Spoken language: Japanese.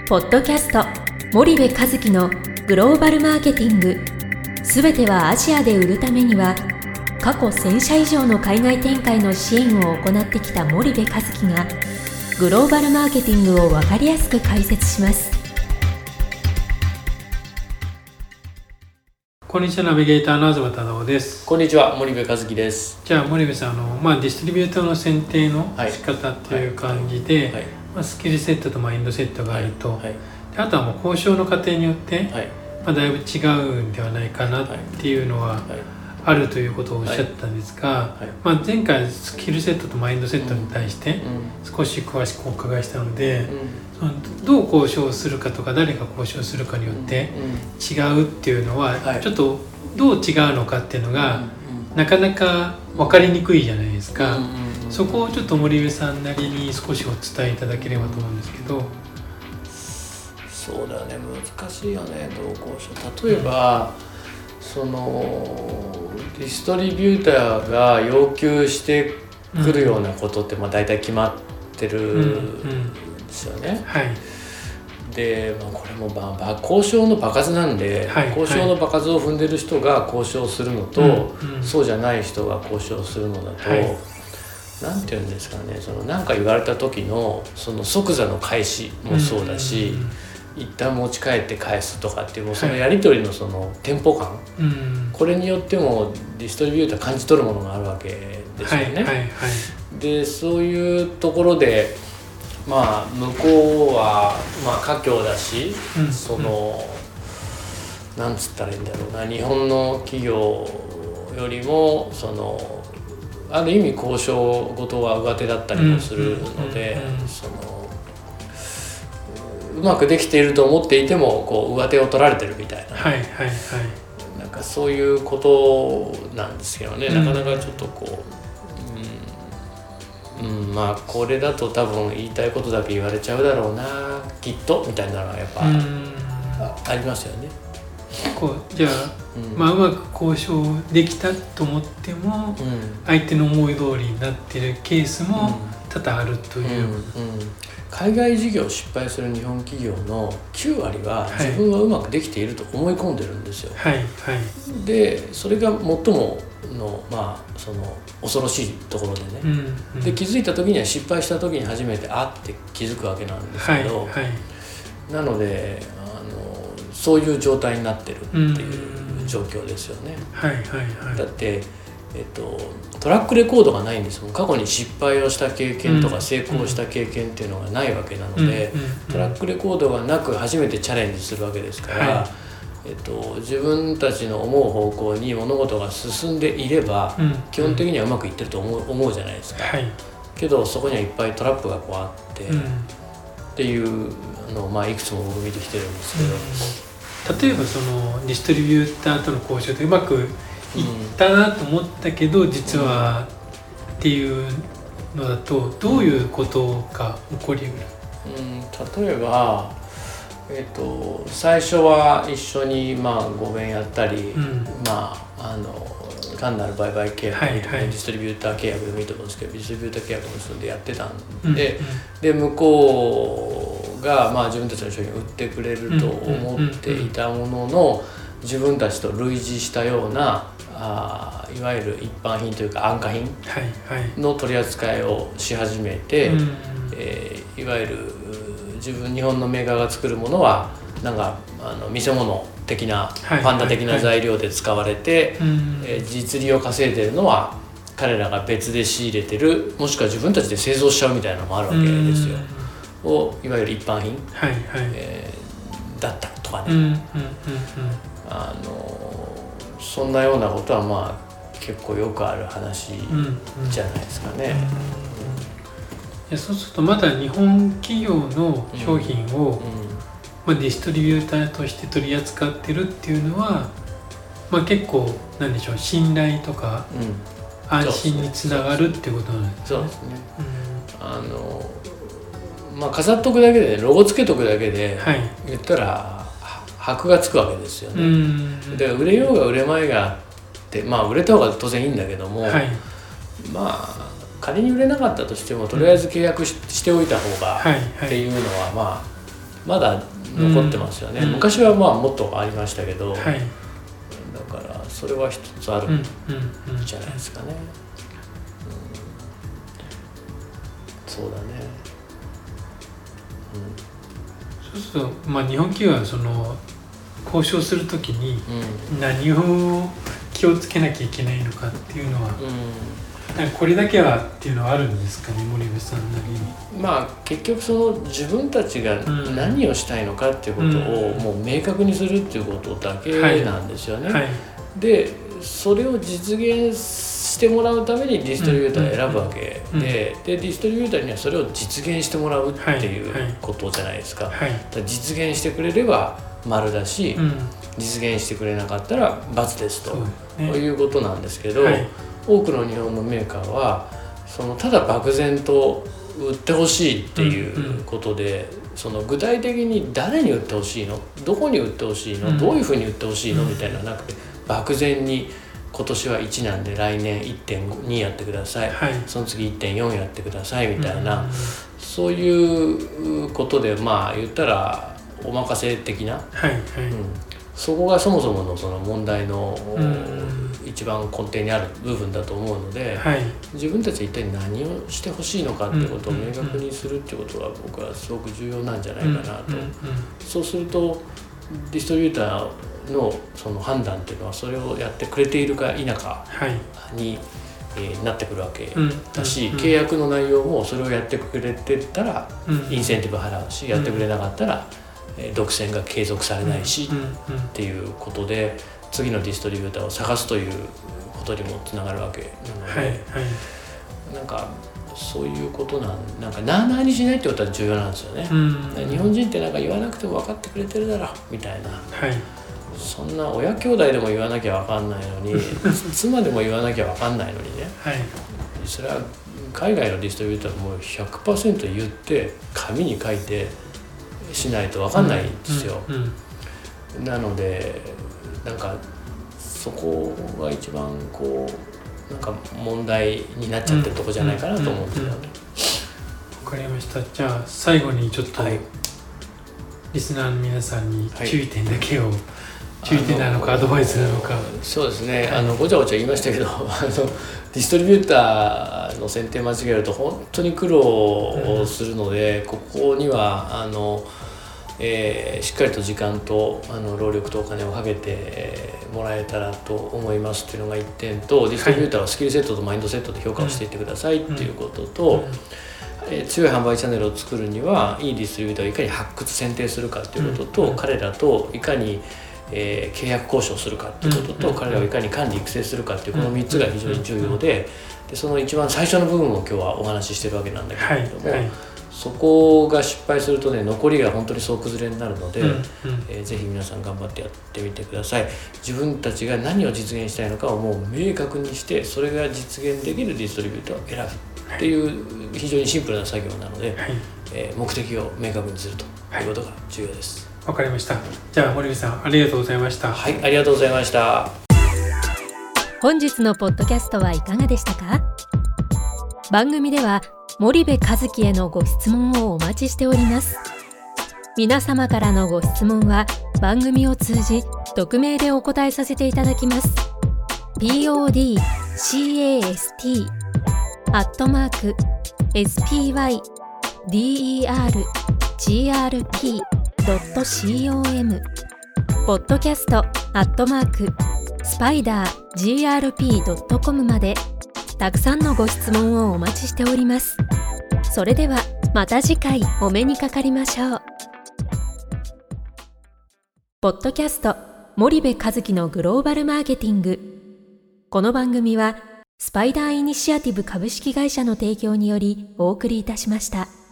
ポッドキャスト森部一樹のグローバルマーケティング、すべてはアジアで売るためには、過去1000社以上の海外展開の支援を行ってきた森部一樹がグローバルマーケティングを分かりやすく解説します。 こんにちは、ナビゲーターの東忠夫です。 こんにちは、森部一樹です。 じゃあ森部さん、ディストリビューターの選定の仕方っていう感じで、スキルセットとマインドセットがあると、であとはもう交渉の過程によって、だいぶ違うんではないかなっていうのはあるということをおっしゃったんですが、前回スキルセットとマインドセットに対して少し詳しくお伺いしたので、どう交渉するかとか誰が交渉するかによって違うっていうのは、ちょっとどう違うのかっていうのがなかなか分かりにくいじゃないですか。そこをちょっと森部さんなりに少しお伝えいただければと思うんですけど。 そうだよね、難しいよね、どう交渉。例えば、ディストリビューターが要求してくるようなことって大体決まってるんですよね。で、これも交渉の場数なんで、交渉の場数を踏んでる人が交渉するのと、そうじゃない人が交渉するのだと、なんていうんですかね、何か言われた時のその即座の返しもそうだし、一旦持ち帰って返すとかっていう、そのやり取りのそのテンポ感、これによってもディストリビューター感じ取るものがあるわけですよね。で、そういうところで向こうは華僑だし、なんつったらいいんだろうな、日本の企業よりもある意味交渉事は上手だったりもするので、うまくできていると思っていても上手を取られてるみたいな、なんかそういうことなんですけどね。なかなかちょっとこれだと多分言いたいことだけ言われちゃうだろうなきっとみたいなのはやっぱありますよね。 じゃあ、うまく交渉できたと思っても、相手の思い通りになってるケースも多々あるという、 海外事業を失敗する日本企業の9割は自分はうまくできていると思い込んでるんですよ。で、それが最もの恐ろしいところでね、で気づいた時には、失敗した時に初めてって気づくわけなんですけど、なのでそういう状態になってるっていう状況ですよね。だってトラックレコードがないんですもん。過去に失敗をした経験とか成功した経験っていうのがないわけなので、トラックレコードがなく初めてチャレンジするわけですから、自分たちの思う方向に物事が進んでいれば、基本的にはうまくいってると思うじゃないですか。けどそこにはいっぱいトラップがあって、っていうのをいくつも僕見てきてるんですけど、 例えばディストリビューターとの交渉でうまくいったなと思ったけど、実はっていうのだとどういうことが起こりうる？ 例えば、最初は一緒にご弁やったり、単なる売買契約、ディストリビューター契約でもいいと思うんですけど、ディストリビューター契約もそれでやってたんで、で向こうが自分たちの商品を売ってくれると思っていたものの、自分たちと類似したようないわゆる一般品というか安価品の取り扱いをし始めて、いわゆる日本のメーカーが作るものはなんか見せ物的な、パンダ的な材料で使われて、実利を稼いでるのは彼らが別で仕入れてる、もしくは自分たちで製造しちゃうみたいなのもあるわけですよ。いわゆる一般品、だったとかね、そんなようなことは結構よくある話じゃないですかね。 そうするとまだ日本企業の商品を、ディストリビューターとして取り扱ってるっていうのは、結構なんでしょう、信頼とか、安心につながるっていうことなんですね。 そうですね。飾っとくだけで、ロゴつけとくだけで、言ったら箔がつくわけですよね。で、売れようが売れまいがって、売れた方が当然いいんだけども、仮に売れなかったとしても、とりあえず契約しておいた方がっていうのはまだ残ってますよね、昔はまあもっとありましたけど、だからそれは一つあるんじゃないですかね。そうだね。 そうすると、まあ、日本企業はその交渉するときに何を気をつけなきゃいけないのかっていうのは、なんかこれだけはっていうのはあるんですかね、森部さんなりに。 まあ結局その自分たちが何をしたいのかっていうことをもう明確にするっていうことだけなんですよね。でそれを実現してもらうためにディストリビューターを選ぶわけで、ディストリビューターにはそれを実現してもらうっていうことじゃないですか。だから実現してくれれば丸だし、実現してくれなかったら×ですということなんですけど、多くの日本のメーカーはそのただ漠然と売ってほしいっていうことで、その具体的に誰に売ってほしいの、どこに売ってほしいの、どういうふうに売ってほしいのみたいなのはなくて、漠然に今年は1なんで来年 1.2 やってください、その次 1.4 やってくださいみたいな、そういうことでまあ言ったらお任せ的な、そこがそもそものその問題の一番根底にある部分だと思うので、自分たちは一体何をしてほしいのかっていうことを明確にするっていうことが僕はすごく重要なんじゃないかなと。そうするとディストリビューターのその判断っていうのはそれをやってくれているか否かになってくるわけだし、契約の内容もそれをやってくれてたらインセンティブ払うし、やってくれなかったら独占が継続されないしっていうことで、次のディストリビューターを探すということにもつながるわけなので、なんかそういうことなんかなあなあにしないってことは重要なんですよね。日本人ってなんか言わなくても分かってくれてるだろみたいな、そんな親兄弟でも言わなきゃ分かんないのに妻でも言わなきゃ分かんないのにね、それは海外のディストリビューターも 100% 言って紙に書いてしないと分かんないんですよ。なのでなんかそこが一番こうなんか問題になっちゃってるとこじゃないかなと思うんですよね。 わかりました。じゃあ最後にちょっとリスナーの皆さんに注意点だけを、注意点なのかアドバイスなのか。 そうですね、ごちゃごちゃ言いましたけどディストリビューターの選定間違えると本当に苦労をするので、ここにはしっかりと時間と労力とお金をかけてもらえたらと思いますっていうのが1点と、ディストリビューターはスキルセットとマインドセットで評価をしていってくださいっていうことと、強い販売チャンネルを作るにはいいディストリビューターをいかに発掘選定するかっていうことと、彼らといかに契約交渉するかっていうことと、彼らをいかに管理育成するかっていうこの3つが非常に重要で、その一番最初の部分を今日はお話ししてるわけなんだけれども、そこが失敗するとね、残りが本当に総崩れになるので、ぜひ皆さん頑張ってやってみてください。自分たちが何を実現したいのかをもう明確にして、それが実現できるディストリビューターを選ぶっていう非常にシンプルな作業なので、目的を明確にするということが重要です。 わかりました。じゃあ森部さんありがとうございました。 はい、ありがとうございました。 本日のポッドキャストはいかがでしたか？番組では森部一樹へのご質問をお待ちしております。皆様からのご質問は番組を通じ匿名でお答えさせていただきます。podcast@spydergrp.com podcast@spidergrp.com までたくさんのご質問をお待ちしております。それではまた次回お目にかかりましょう。ポッドキャスト森部一樹のグローバルマーケティング。この番組はスパイダーイニシアティブ株式会社の提供によりお送りいたしました。